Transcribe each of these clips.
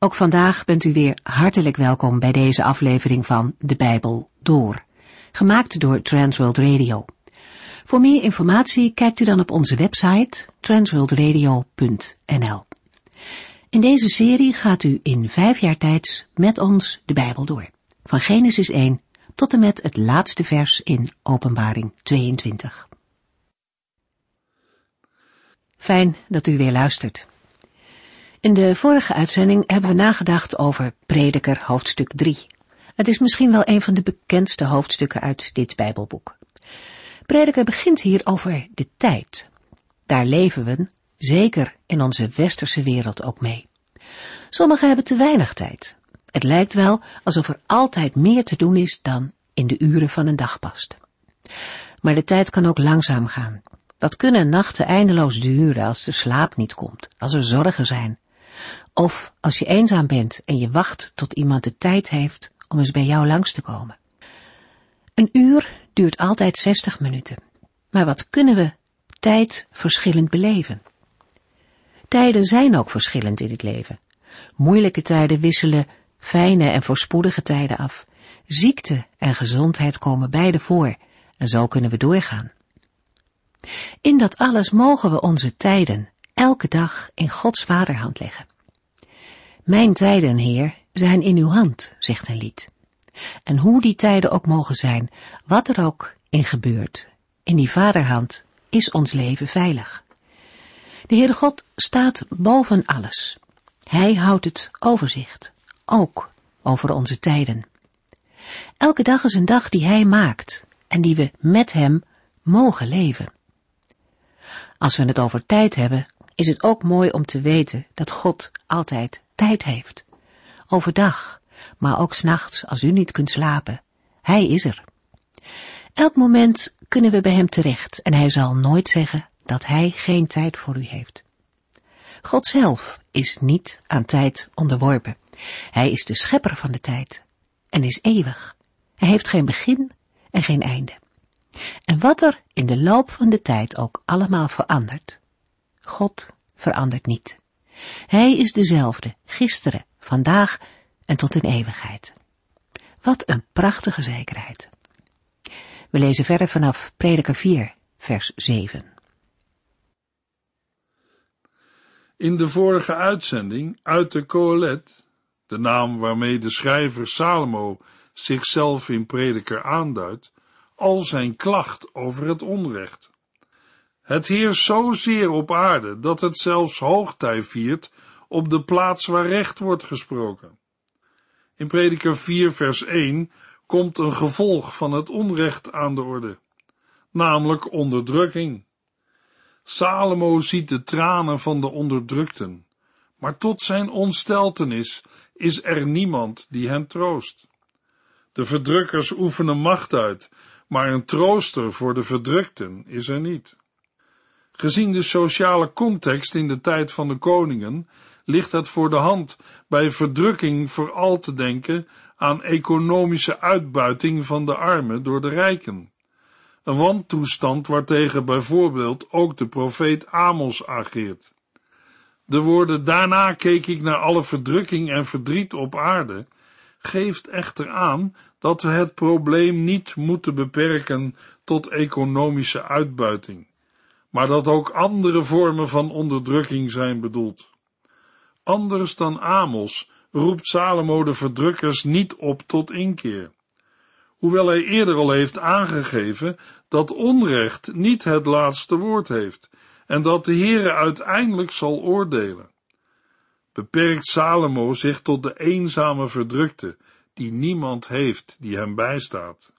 Ook vandaag bent u weer hartelijk welkom bij deze aflevering van De Bijbel Door, gemaakt door Transworld Radio. Voor meer informatie kijkt u dan op onze website transworldradio.nl. In deze serie gaat u in 5 jaar tijd met ons de Bijbel door, van Genesis 1 tot en met het laatste vers in Openbaring 22. Fijn dat u weer luistert. In de vorige uitzending hebben we nagedacht over Prediker hoofdstuk 3. Het is misschien wel een van de bekendste hoofdstukken uit dit Bijbelboek. Prediker begint hier over de tijd. Daar leven we, zeker in onze westerse wereld, ook mee. Sommigen hebben te weinig tijd. Het lijkt wel alsof er altijd meer te doen is dan in de uren van een dag past. Maar de tijd kan ook langzaam gaan. Wat kunnen nachten eindeloos duren als de slaap niet komt, als er zorgen zijn? Of als je eenzaam bent en je wacht tot iemand de tijd heeft om eens bij jou langs te komen. Een uur duurt altijd 60 minuten. Maar wat kunnen we tijd verschillend beleven? Tijden zijn ook verschillend in het leven. Moeilijke tijden wisselen fijne en voorspoedige tijden af. Ziekte en gezondheid komen beide voor en zo kunnen we doorgaan. In dat alles mogen we onze tijden elke dag in Gods vaderhand leggen. Mijn tijden, Heer, zijn in uw hand, zegt een lied. En hoe die tijden ook mogen zijn, wat er ook in gebeurt, in die vaderhand is ons leven veilig. De Heere God staat boven alles. Hij houdt het overzicht, ook over onze tijden. Elke dag is een dag die Hij maakt en die we met Hem mogen leven. Als we het over tijd hebben, is het ook mooi om te weten dat God altijd tijd heeft. Overdag, maar ook 's nachts als u niet kunt slapen. Hij is er. Elk moment kunnen we bij Hem terecht en Hij zal nooit zeggen dat Hij geen tijd voor u heeft. God zelf is niet aan tijd onderworpen. Hij is de schepper van de tijd en is eeuwig. Hij heeft geen begin en geen einde. En wat er in de loop van de tijd ook allemaal verandert, God verandert niet. Hij is dezelfde, gisteren, vandaag en tot in eeuwigheid. Wat een prachtige zekerheid. We lezen verder vanaf Prediker 4, vers 7. In de vorige uitzending uit de Qohelet, de naam waarmee de schrijver Salomo zichzelf in Prediker aanduidt, al zijn klacht over het onrecht. Het heerst zozeer op aarde dat het zelfs hoogtij viert op de plaats waar recht wordt gesproken. In Prediker 4 vers 1 komt een gevolg van het onrecht aan de orde, namelijk onderdrukking. Salomo ziet de tranen van de onderdrukten, maar tot zijn ontsteltenis is er niemand die hen troost. De verdrukkers oefenen macht uit, maar een trooster voor de verdrukten is er niet. Gezien de sociale context in de tijd van de koningen, ligt het voor de hand bij verdrukking vooral te denken aan economische uitbuiting van de armen door de rijken. Een wantoestand waartegen bijvoorbeeld ook de profeet Amos ageert. De woorden "daarna keek ik naar alle verdrukking en verdriet op aarde" geeft echter aan dat we het probleem niet moeten beperken tot economische uitbuiting, maar dat ook andere vormen van onderdrukking zijn bedoeld. Anders dan Amos roept Salomo de verdrukkers niet op tot inkeer. Hoewel hij eerder al heeft aangegeven dat onrecht niet het laatste woord heeft en dat de Heere uiteindelijk zal oordelen. Beperkt Salomo zich tot de eenzame verdrukte, die niemand heeft die hem bijstaat.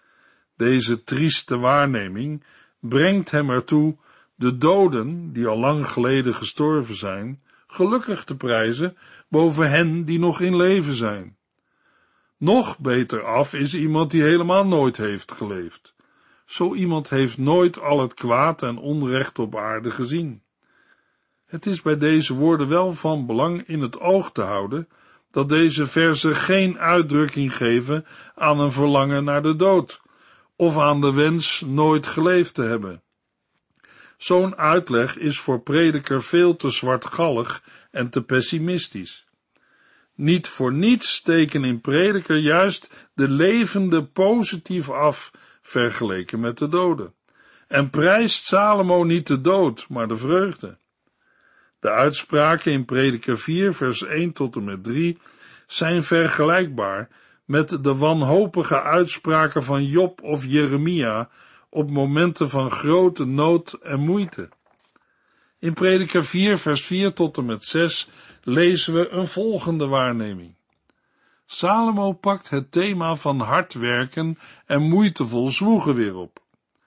Deze trieste waarneming brengt hem ertoe de doden, die al lang geleden gestorven zijn, gelukkig te prijzen boven hen die nog in leven zijn. Nog beter af is iemand die helemaal nooit heeft geleefd. Zo iemand heeft nooit al het kwaad en onrecht op aarde gezien. Het is bij deze woorden wel van belang in het oog te houden dat deze verzen geen uitdrukking geven aan een verlangen naar de dood, of aan de wens nooit geleefd te hebben. Zo'n uitleg is voor prediker veel te zwartgallig en te pessimistisch. Niet voor niets steken in Prediker juist de levende positief af, vergeleken met de doden. En prijst Salomo niet de dood, maar de vreugde. De uitspraken in Prediker 4, vers 1 tot en met 3 zijn vergelijkbaar met de wanhopige uitspraken van Job of Jeremia op momenten van grote nood en moeite. In Prediker 4, vers 4 tot en met 6 lezen we een volgende waarneming. Salomo pakt het thema van hard werken en moeitevol zwoegen weer op.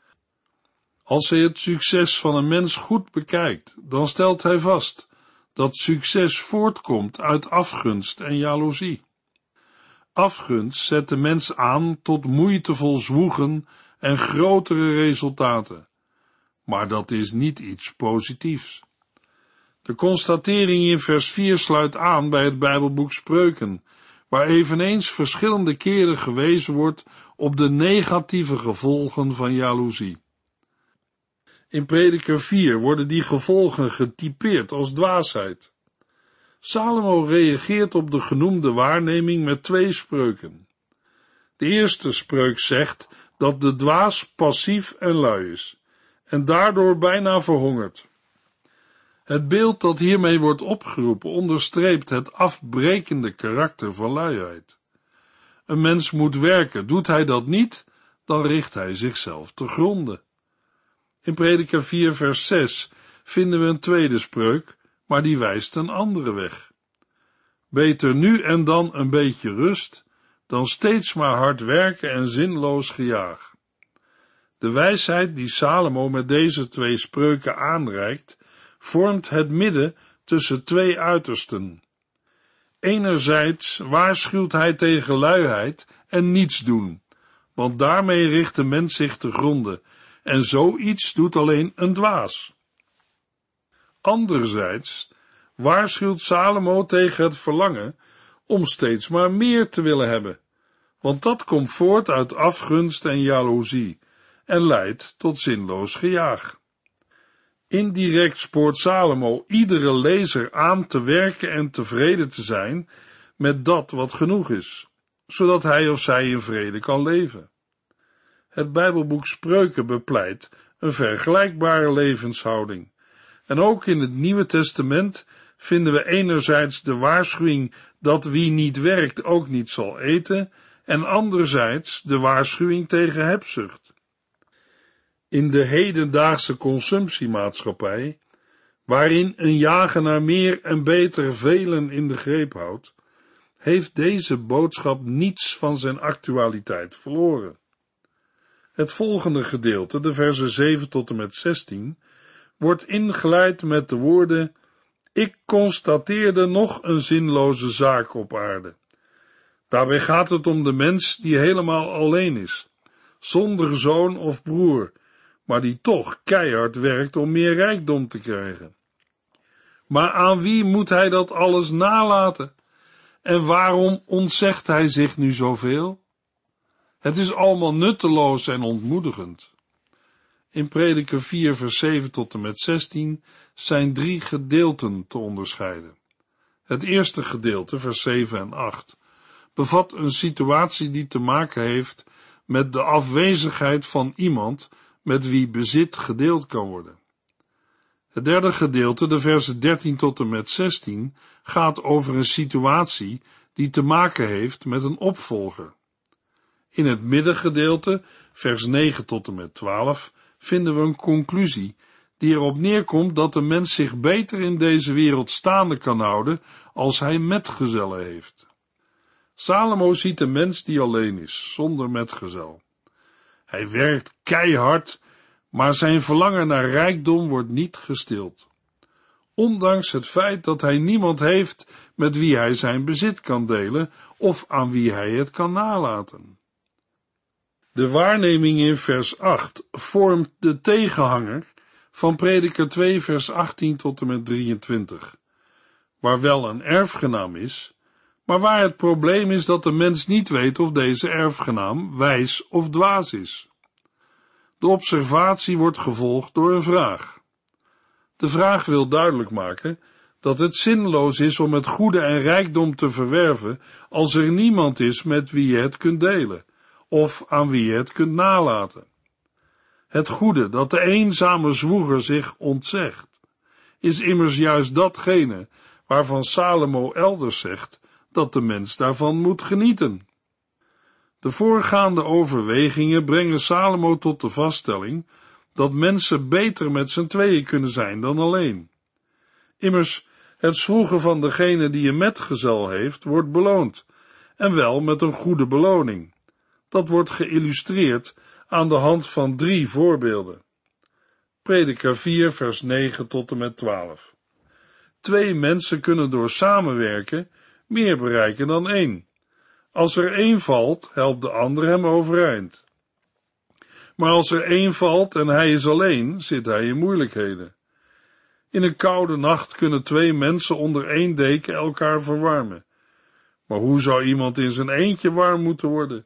Als hij het succes van een mens goed bekijkt, dan stelt hij vast dat succes voortkomt uit afgunst en jaloezie. Afgunst zet de mens aan tot moeitevol zwoegen en grotere resultaten. Maar dat is niet iets positiefs. De constatering in vers 4 sluit aan bij het Bijbelboek Spreuken, waar eveneens verschillende keren gewezen wordt op de negatieve gevolgen van jaloezie. In Prediker 4 worden die gevolgen getypeerd als dwaasheid. Salomo reageert op de genoemde waarneming met 2 spreuken. De eerste spreuk zegt dat de dwaas passief en lui is, en daardoor bijna verhongert. Het beeld dat hiermee wordt opgeroepen onderstreept het afbrekende karakter van luiheid. Een mens moet werken, doet hij dat niet, dan richt hij zichzelf te gronde. In Prediker 4 vers 6 vinden we een tweede spreuk, maar die wijst een andere weg. Beter nu en dan een beetje rust, dan steeds maar hard werken en zinloos gejaag. De wijsheid die Salomo met deze 2 spreuken aanreikt, vormt het midden tussen 2 uitersten. Enerzijds waarschuwt hij tegen luiheid en niets doen, want daarmee richt de mens zich te gronde, en zoiets doet alleen een dwaas. Anderzijds waarschuwt Salomo tegen het verlangen om steeds maar meer te willen hebben, want dat komt voort uit afgunst en jaloezie en leidt tot zinloos gejaag. Indirect spoort Salomo iedere lezer aan te werken en tevreden te zijn met dat wat genoeg is, zodat hij of zij in vrede kan leven. Het Bijbelboek Spreuken bepleit een vergelijkbare levenshouding. En ook in het Nieuwe Testament vinden we enerzijds de waarschuwing dat wie niet werkt ook niet zal eten, en anderzijds de waarschuwing tegen hebzucht. In de hedendaagse consumptiemaatschappij, waarin een jagen naar meer en beter velen in de greep houdt, heeft deze boodschap niets van zijn actualiteit verloren. Het volgende gedeelte, de versen 7 tot en met 16, wordt ingeleid met de woorden: Ik constateerde nog een zinloze zaak op aarde. Daarbij gaat het om de mens die helemaal alleen is, zonder zoon of broer, maar die toch keihard werkt om meer rijkdom te krijgen. Maar aan wie moet hij dat alles nalaten? En waarom ontzegt hij zich nu zoveel? Het is allemaal nutteloos en ontmoedigend. In Prediker 4 vers 7 tot en met 16 zijn 3 gedeelten te onderscheiden. Het eerste gedeelte, vers 7 en 8, bevat een situatie die te maken heeft met de afwezigheid van iemand met wie bezit gedeeld kan worden. Het derde gedeelte, de versen 13 tot en met 16, gaat over een situatie die te maken heeft met een opvolger. In het middengedeelte, vers 9 tot en met 12, vinden we een conclusie die erop neerkomt dat de mens zich beter in deze wereld staande kan houden als hij metgezellen heeft. Salomo ziet de mens die alleen is, zonder metgezel. Hij werkt keihard, maar zijn verlangen naar rijkdom wordt niet gestild. Ondanks het feit dat hij niemand heeft met wie hij zijn bezit kan delen of aan wie hij het kan nalaten. De waarneming in vers 8 vormt de tegenhanger van Prediker 2 vers 18 tot en met 23, waar wel een erfgenaam is, maar waar het probleem is dat de mens niet weet of deze erfgenaam wijs of dwaas is. De observatie wordt gevolgd door een vraag. De vraag wil duidelijk maken dat het zinloos is om het goede en rijkdom te verwerven als er niemand is met wie je het kunt delen, of aan wie je het kunt nalaten. Het goede dat de eenzame zwoeger zich ontzegt, is immers juist datgene waarvan Salomo elders zegt dat de mens daarvan moet genieten. De voorgaande overwegingen brengen Salomo tot de vaststelling dat mensen beter met z'n tweeën kunnen zijn dan alleen. Immers, het zwoegen van degene die een metgezel heeft, wordt beloond, en wel met een goede beloning. Dat wordt geïllustreerd aan de hand van 3 voorbeelden. Prediker 4, vers 9 tot en met 12. 2 mensen kunnen door samenwerken meer bereiken dan 1. Als er 1 valt, helpt de ander hem overeind. Maar als er 1 valt en hij is alleen, zit hij in moeilijkheden. In een koude nacht kunnen 2 mensen onder 1 deken elkaar verwarmen. Maar hoe zou iemand in zijn eentje warm moeten worden?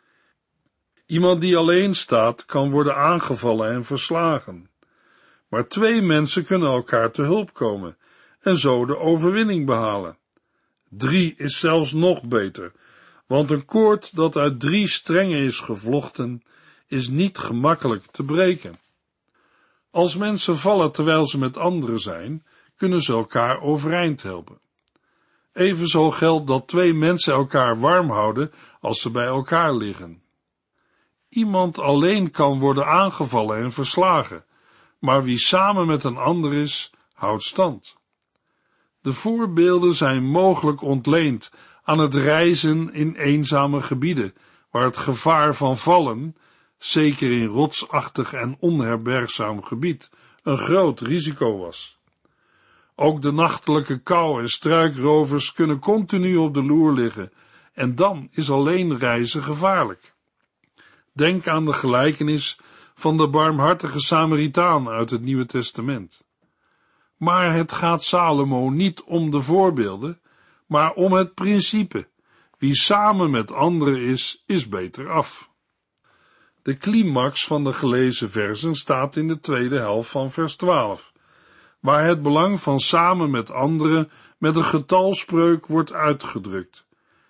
Iemand die alleen staat, kan worden aangevallen en verslagen. Maar 2 mensen kunnen elkaar te hulp komen en zo de overwinning behalen. 3 is zelfs nog beter, want een koord dat uit 3 strengen is gevlochten, is niet gemakkelijk te breken. Als mensen vallen terwijl ze met anderen zijn, kunnen ze elkaar overeind helpen. Evenzo geldt dat 2 mensen elkaar warm houden als ze bij elkaar liggen. Iemand alleen kan worden aangevallen en verslagen, maar wie samen met een ander is, houdt stand. De voorbeelden zijn mogelijk ontleend aan het reizen in eenzame gebieden, waar het gevaar van vallen, zeker in rotsachtig en onherbergzaam gebied, een groot risico was. Ook de nachtelijke kou en struikrovers kunnen continu op de loer liggen, en dan is alleen reizen gevaarlijk. Denk aan de gelijkenis van de barmhartige Samaritaan uit het Nieuwe Testament. Maar het gaat Salomo niet om de voorbeelden, maar om het principe. Wie samen met anderen is beter af. De climax van de gelezen versen staat in de tweede helft van vers 12, waar het belang van samen met anderen met een getalspreuk wordt uitgedrukt.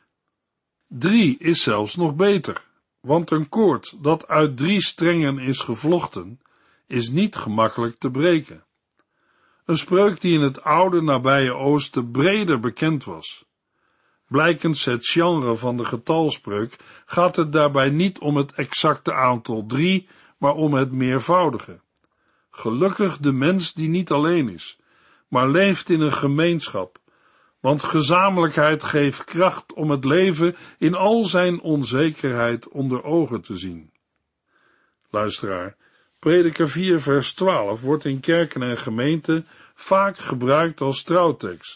3 is zelfs nog beter, want een koord dat uit 3 strengen is gevlochten, is niet gemakkelijk te breken. Een spreuk die in het oude nabije Oosten breder bekend was. Blijkens het genre van de getalspreuk gaat het daarbij niet om het exacte aantal 3, maar om het meervoudige. Gelukkig de mens die niet alleen is, maar leeft in een gemeenschap, want gezamenlijkheid geeft kracht om het leven in al zijn onzekerheid onder ogen te zien. Luisteraar, Prediker 4 vers 12 wordt in kerken en gemeenten vaak gebruikt als trouwtekst.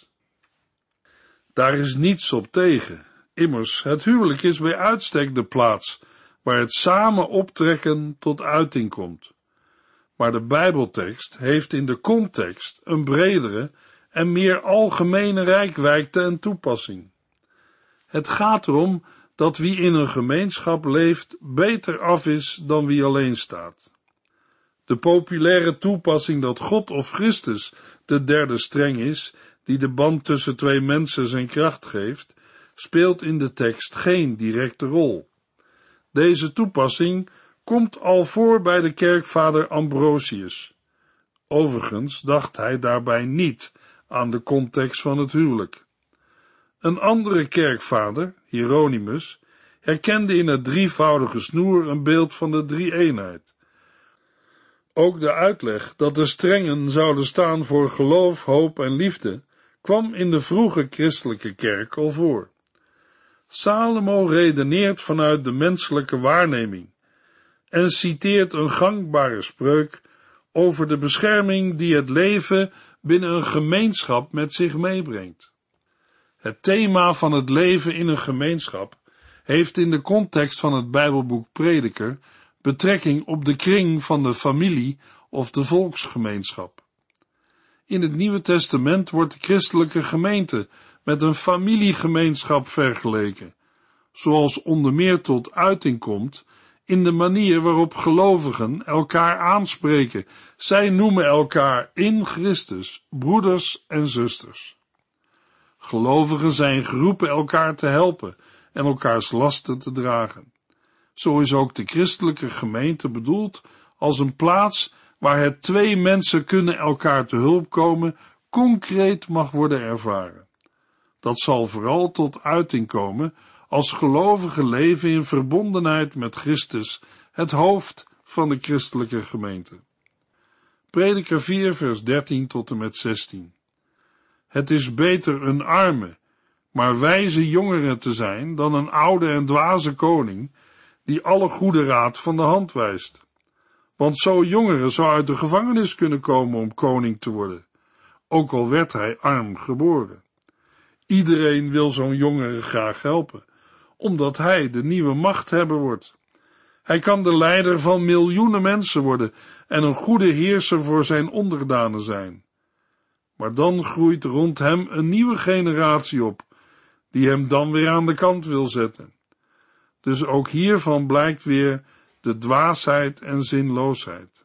Daar is niets op tegen. Immers, het huwelijk is bij uitstek de plaats waar het samen optrekken tot uiting komt. Maar de Bijbeltekst heeft in de context een bredere en meer algemene reikwijdte en toepassing. Het gaat erom dat wie in een gemeenschap leeft beter af is dan wie alleen staat. De populaire toepassing dat God of Christus de derde streng is, die de band tussen 2 mensen zijn kracht geeft, speelt in de tekst geen directe rol. Deze toepassing komt al voor bij de kerkvader Ambrosius. Overigens dacht hij daarbij niet aan de context van het huwelijk. Een andere kerkvader, Hieronymus, herkende in het drievoudige snoer een beeld van de drie-eenheid. Ook de uitleg dat de strengen zouden staan voor geloof, hoop en liefde, kwam in de vroege christelijke kerk al voor. Salomo redeneert vanuit de menselijke waarneming en citeert een gangbare spreuk over de bescherming die het leven binnen een gemeenschap met zich meebrengt. Het thema van het leven in een gemeenschap heeft in de context van het Bijbelboek Prediker betrekking op de kring van de familie of de volksgemeenschap. In het Nieuwe Testament wordt de christelijke gemeente met een familiegemeenschap vergeleken, zoals onder meer tot uiting komt in de manier waarop gelovigen elkaar aanspreken. Zij noemen elkaar in Christus broeders en zusters. Gelovigen zijn geroepen elkaar te helpen en elkaars lasten te dragen. Zo is ook de christelijke gemeente bedoeld als een plaats waar het twee mensen kunnen elkaar te hulp komen, concreet mag worden ervaren. Dat zal vooral tot uiting komen als gelovigen leven in verbondenheid met Christus, het hoofd van de christelijke gemeente. Prediker 4 vers 13 tot en met 16. Het is beter een arme, maar wijze jongere te zijn dan een oude en dwaze koning, die alle goede raad van de hand wijst. Want zo'n jongere zou uit de gevangenis kunnen komen om koning te worden, ook al werd hij arm geboren. Iedereen wil zo'n jongere graag helpen, omdat hij de nieuwe machthebber wordt. Hij kan de leider van miljoenen mensen worden en een goede heerser voor zijn onderdanen zijn. Maar dan groeit rond hem een nieuwe generatie op, die hem dan weer aan de kant wil zetten. Dus ook hiervan blijkt weer de dwaasheid en zinloosheid.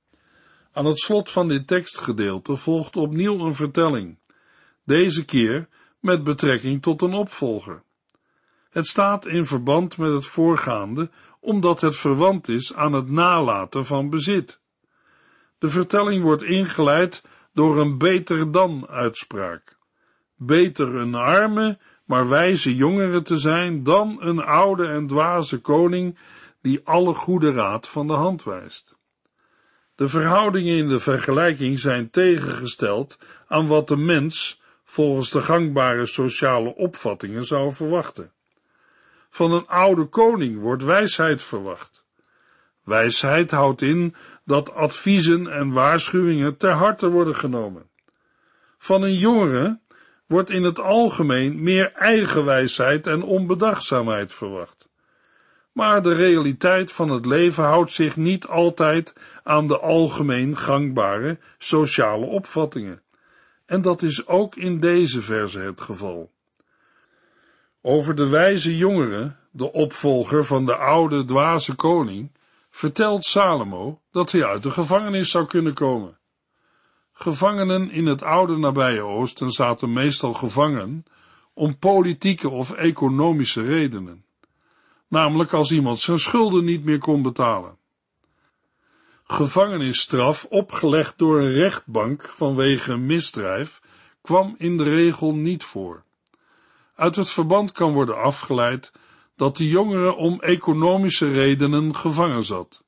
Aan het slot van dit tekstgedeelte volgt opnieuw een vertelling, deze keer met betrekking tot een opvolger. Het staat in verband met het voorgaande, omdat het verwant is aan het nalaten van bezit. De vertelling wordt ingeleid door een beter dan uitspraak. Beter een arme, maar wijze jongere te zijn dan een oude en dwaze koning die alle goede raad van de hand wijst. De verhoudingen in de vergelijking zijn tegengesteld aan wat de mens volgens de gangbare sociale opvattingen zou verwachten. Van een oude koning wordt wijsheid verwacht. Wijsheid houdt in dat adviezen en waarschuwingen ter harte worden genomen. Van een jongere wordt in het algemeen meer eigenwijsheid en onbedachtzaamheid verwacht. Maar de realiteit van het leven houdt zich niet altijd aan de algemeen gangbare sociale opvattingen. En dat is ook in deze verse het geval. Over de wijze jongere, de opvolger van de oude dwaze koning, vertelt Salomo dat hij uit de gevangenis zou kunnen komen. Gevangenen in het oude nabije Oosten zaten meestal gevangen om politieke of economische redenen. Namelijk als iemand zijn schulden niet meer kon betalen. Gevangenisstraf opgelegd door een rechtbank vanwege een misdrijf kwam in de regel niet voor. Uit het verband kan worden afgeleid dat de jongere om economische redenen gevangen zat.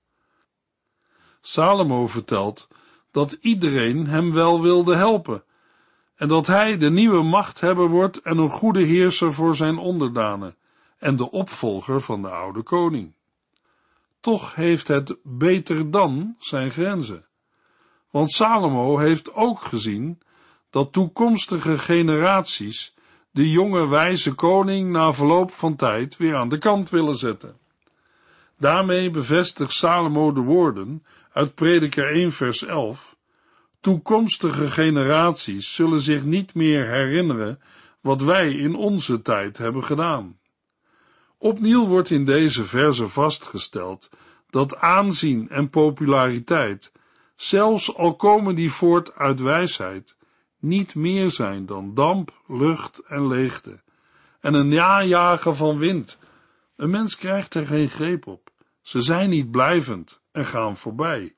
Salomo vertelt dat iedereen hem wel wilde helpen en dat hij de nieuwe machthebber wordt en een goede heerser voor zijn onderdanen en de opvolger van de oude koning. Toch heeft het beter dan zijn grenzen, want Salomo heeft ook gezien dat toekomstige generaties de jonge wijze koning na verloop van tijd weer aan de kant willen zetten. Daarmee bevestigt Salomo de woorden uit Prediker 1 vers 11, toekomstige generaties zullen zich niet meer herinneren wat wij in onze tijd hebben gedaan. Opnieuw wordt in deze verse vastgesteld dat aanzien en populariteit, zelfs al komen die voort uit wijsheid, niet meer zijn dan damp, lucht en leegte, en een najagen van wind. Een mens krijgt er geen greep op. Ze zijn niet blijvend en gaan voorbij.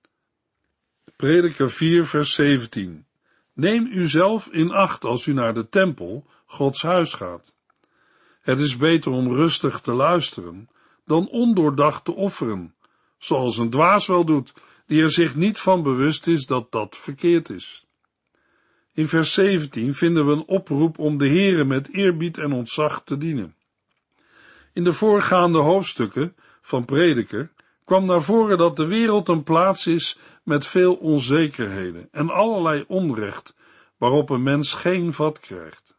Prediker 4 vers 17. Neem uzelf in acht als u naar de tempel, Gods huis gaat. Het is beter om rustig te luisteren dan ondoordacht te offeren, zoals een dwaas wel doet, die er zich niet van bewust is dat dat verkeerd is. In vers 17 vinden we een oproep om de Heere met eerbied en ontzag te dienen. In de voorgaande hoofdstukken van Prediker kwam naar voren dat de wereld een plaats is met veel onzekerheden en allerlei onrecht, waarop een mens geen vat krijgt.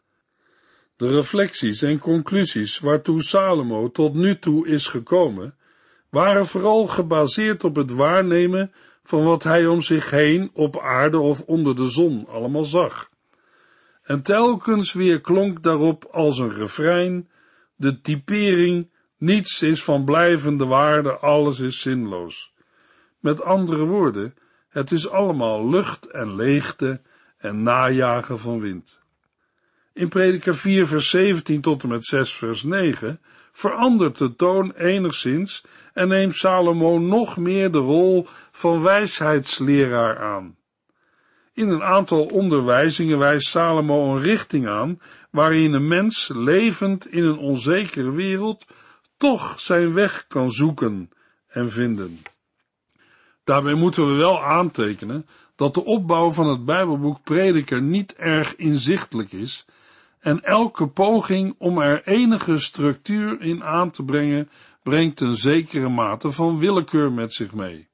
De reflecties en conclusies waartoe Salomo tot nu toe is gekomen, waren vooral gebaseerd op het waarnemen van wat hij om zich heen op aarde of onder de zon allemaal zag. En telkens weer klonk daarop als een refrein de typering, Niets is van blijvende waarde, alles is zinloos. Met andere woorden, het is allemaal lucht en leegte en najagen van wind. In Prediker 4 vers 17 tot en met 6 vers 9 verandert de toon enigszins en neemt Salomo nog meer de rol van wijsheidsleraar aan. In een aantal onderwijzingen wijst Salomo een richting aan waarin een mens, levend in een onzekere wereld, toch zijn weg kan zoeken en vinden. Daarbij moeten we wel aantekenen dat de opbouw van het Bijbelboek Prediker niet erg inzichtelijk is en elke poging om er enige structuur in aan te brengen, brengt een zekere mate van willekeur met zich mee.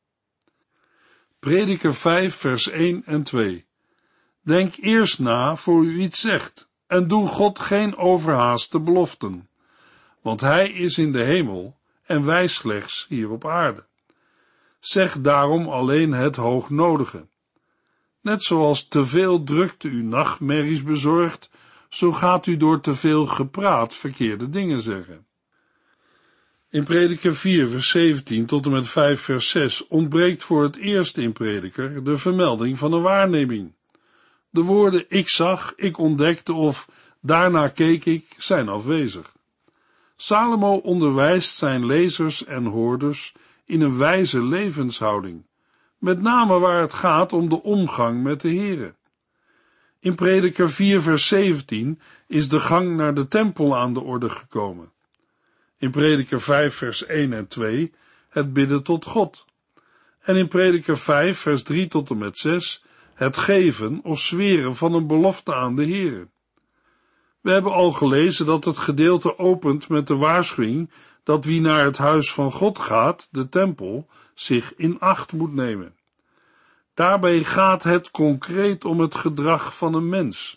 Prediker 5 vers 1 en 2. Denk eerst na voor u iets zegt en doe God geen overhaaste beloften, want hij is in de hemel en wij slechts hier op aarde. Zeg daarom alleen het hoognodige. Net zoals te veel drukte u nachtmerries bezorgt, zo gaat u door te veel gepraat verkeerde dingen zeggen. In Prediker 4 vers 17 tot en met 5 vers 6 ontbreekt voor het eerst in Prediker de vermelding van een waarneming. De woorden ik zag, ik ontdekte of daarna keek ik zijn afwezig. Salomo onderwijst zijn lezers en hoorders in een wijze levenshouding, met name waar het gaat om de omgang met de Here. In Prediker 4 vers 17 is de gang naar de tempel aan de orde gekomen. In Prediker 5 vers 1 en 2 het bidden tot God. En in Prediker 5 vers 3 tot en met 6 het geven of zweren van een belofte aan de Here. We hebben al gelezen dat het gedeelte opent met de waarschuwing dat wie naar het huis van God gaat, de tempel, zich in acht moet nemen. Daarbij gaat het concreet om het gedrag van een mens.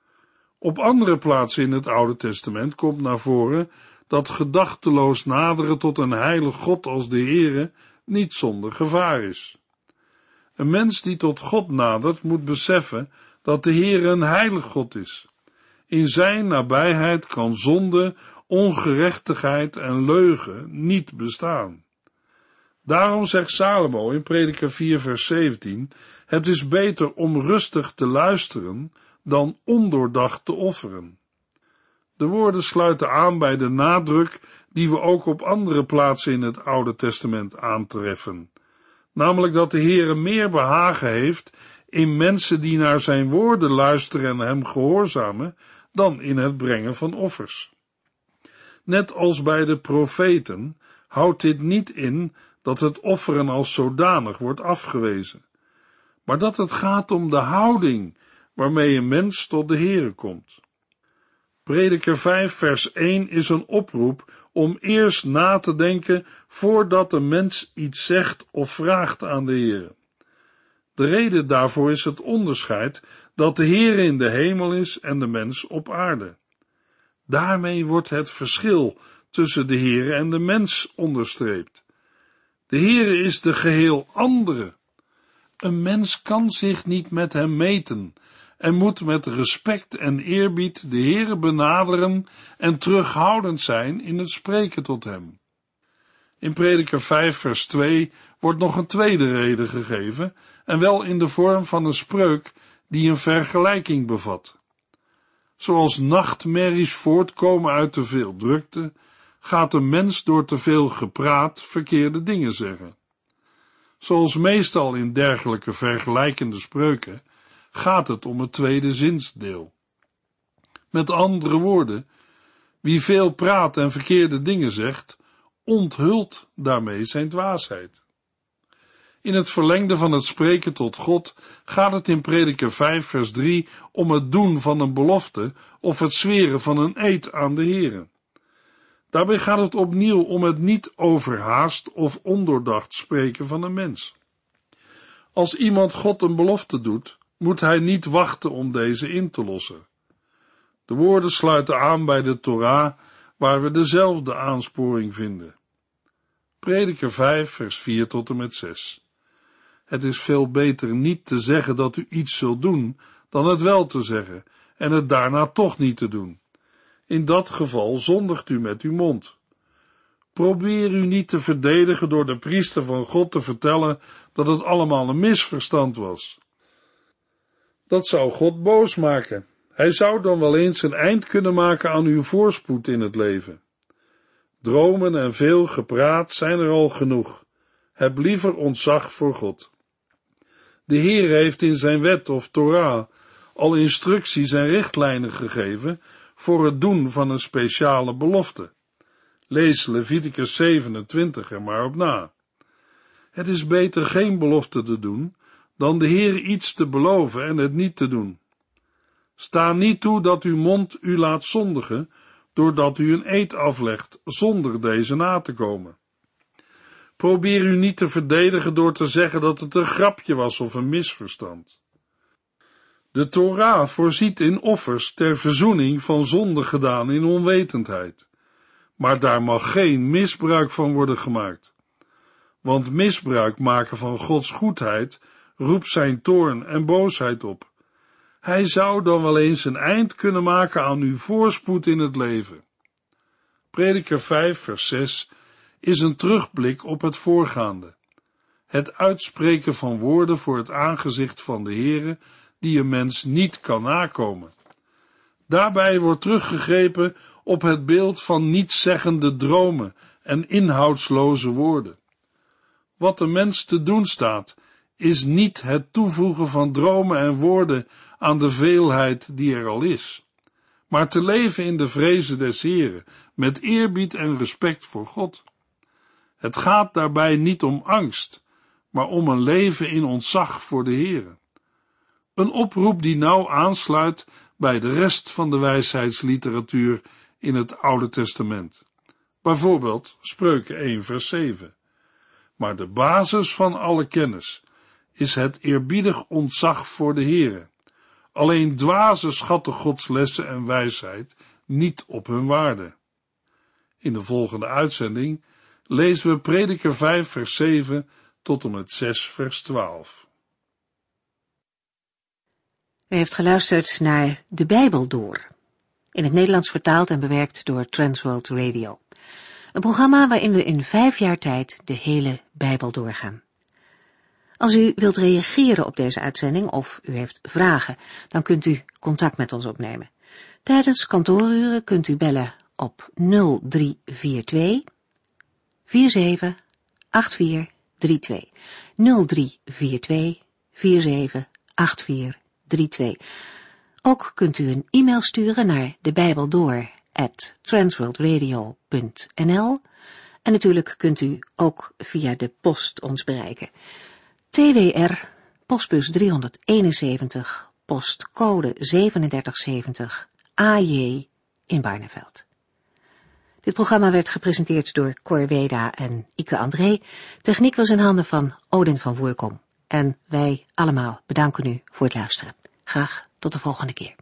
Op andere plaatsen in het Oude Testament komt naar voren dat gedachteloos naderen tot een heilig God als de Heere niet zonder gevaar is. Een mens die tot God nadert moet beseffen dat de Heere een heilig God is. In zijn nabijheid kan zonde, ongerechtigheid en leugen niet bestaan. Daarom zegt Salomo in Prediker 4 vers 17, het is beter om rustig te luisteren dan ondoordacht te offeren. De woorden sluiten aan bij de nadruk die we ook op andere plaatsen in het Oude Testament aantreffen, namelijk dat de Heere meer behagen heeft in mensen die naar zijn woorden luisteren en hem gehoorzamen, dan in het brengen van offers. Net als bij de profeten houdt dit niet in dat het offeren als zodanig wordt afgewezen, maar dat het gaat om de houding waarmee een mens tot de Heere komt. Prediker 5 vers 1 is een oproep om eerst na te denken voordat een mens iets zegt of vraagt aan de Heere. De reden daarvoor is het onderscheid dat de Heere in de hemel is en de mens op aarde. Daarmee wordt het verschil tussen de Heere en de mens onderstreept. De Heere is de geheel andere. Een mens kan zich niet met hem meten en moet met respect en eerbied de Heere benaderen en terughoudend zijn in het spreken tot hem. In Prediker 5 vers 2 wordt nog een tweede reden gegeven, en wel in de vorm van een spreuk die een vergelijking bevat. Zoals nachtmerries voortkomen uit te veel drukte, gaat een mens door te veel gepraat verkeerde dingen zeggen. Zoals meestal in dergelijke vergelijkende spreuken, gaat het om het tweede zinsdeel. Met andere woorden, wie veel praat en verkeerde dingen zegt, onthult daarmee zijn dwaasheid. In het verlengde van het spreken tot God gaat het in Prediker 5 vers 3 om het doen van een belofte of het zweren van een eed aan de Heere. Daarbij gaat het opnieuw om het niet overhaast of ondoordacht spreken van een mens. Als iemand God een belofte doet, moet hij niet wachten om deze in te lossen. De woorden sluiten aan bij de Torah, waar we dezelfde aansporing vinden. Prediker 5 vers 4 tot en met 6. Het is veel beter niet te zeggen dat u iets zult doen, dan het wel te zeggen en het daarna toch niet te doen. In dat geval zondigt u met uw mond. Probeer u niet te verdedigen door de priester van God te vertellen dat het allemaal een misverstand was. Dat zou God boos maken. Hij zou dan wel eens een eind kunnen maken aan uw voorspoed in het leven. Dromen en veel gepraat zijn er al genoeg. Heb liever ontzag voor God. De Heer heeft in zijn wet of Torah al instructies en richtlijnen gegeven voor het doen van een speciale belofte. Lees Leviticus 27 er maar op na. Het is beter geen belofte te doen, dan de Heer iets te beloven en het niet te doen. Sta niet toe dat uw mond u laat zondigen, doordat u een eed aflegt, zonder deze na te komen. Probeer u niet te verdedigen door te zeggen dat het een grapje was of een misverstand. De Torah voorziet in offers ter verzoening van zonde gedaan in onwetendheid, maar daar mag geen misbruik van worden gemaakt. Want misbruik maken van Gods goedheid roept zijn toorn en boosheid op. Hij zou dan wel eens een eind kunnen maken aan uw voorspoed in het leven. Prediker 5 vers 6 is een terugblik op het voorgaande. Het uitspreken van woorden voor het aangezicht van de Heere die een mens niet kan nakomen. Daarbij wordt teruggegrepen op het beeld van nietszeggende dromen en inhoudsloze woorden. Wat de mens te doen staat, is niet het toevoegen van dromen en woorden aan de veelheid die er al is, maar te leven in de vreze des Heeren, met eerbied en respect voor God. Het gaat daarbij niet om angst, maar om een leven in ontzag voor de Heere. Een oproep die nauw aansluit bij de rest van de wijsheidsliteratuur in het Oude Testament. Bijvoorbeeld Spreuken 1 vers 7. Maar de basis van alle kennis is het eerbiedig ontzag voor de Heere. Alleen dwazen schatten Gods lessen en wijsheid niet op hun waarde. In de volgende uitzending lezen we Prediker 5 vers 7 tot en met 6 vers 12. U heeft geluisterd naar De Bijbel Door, in het Nederlands vertaald en bewerkt door Transworld Radio. Een programma waarin we in 5 jaar tijd de hele Bijbel doorgaan. Als u wilt reageren op deze uitzending of u heeft vragen, dan kunt u contact met ons opnemen. Tijdens kantooruren kunt u bellen op 0342 478432. 0342 478432. Ook kunt u een e-mail sturen naar debijbeldoor@transworldradio.nl en natuurlijk kunt u ook via de post ons bereiken. TWR, postbus 371, postcode 3770, AJ in Barneveld. Dit programma werd gepresenteerd door Cor Weda en Ike André. Techniek was in handen van Odin van Voerkom. En wij allemaal bedanken u voor het luisteren. Graag tot de volgende keer.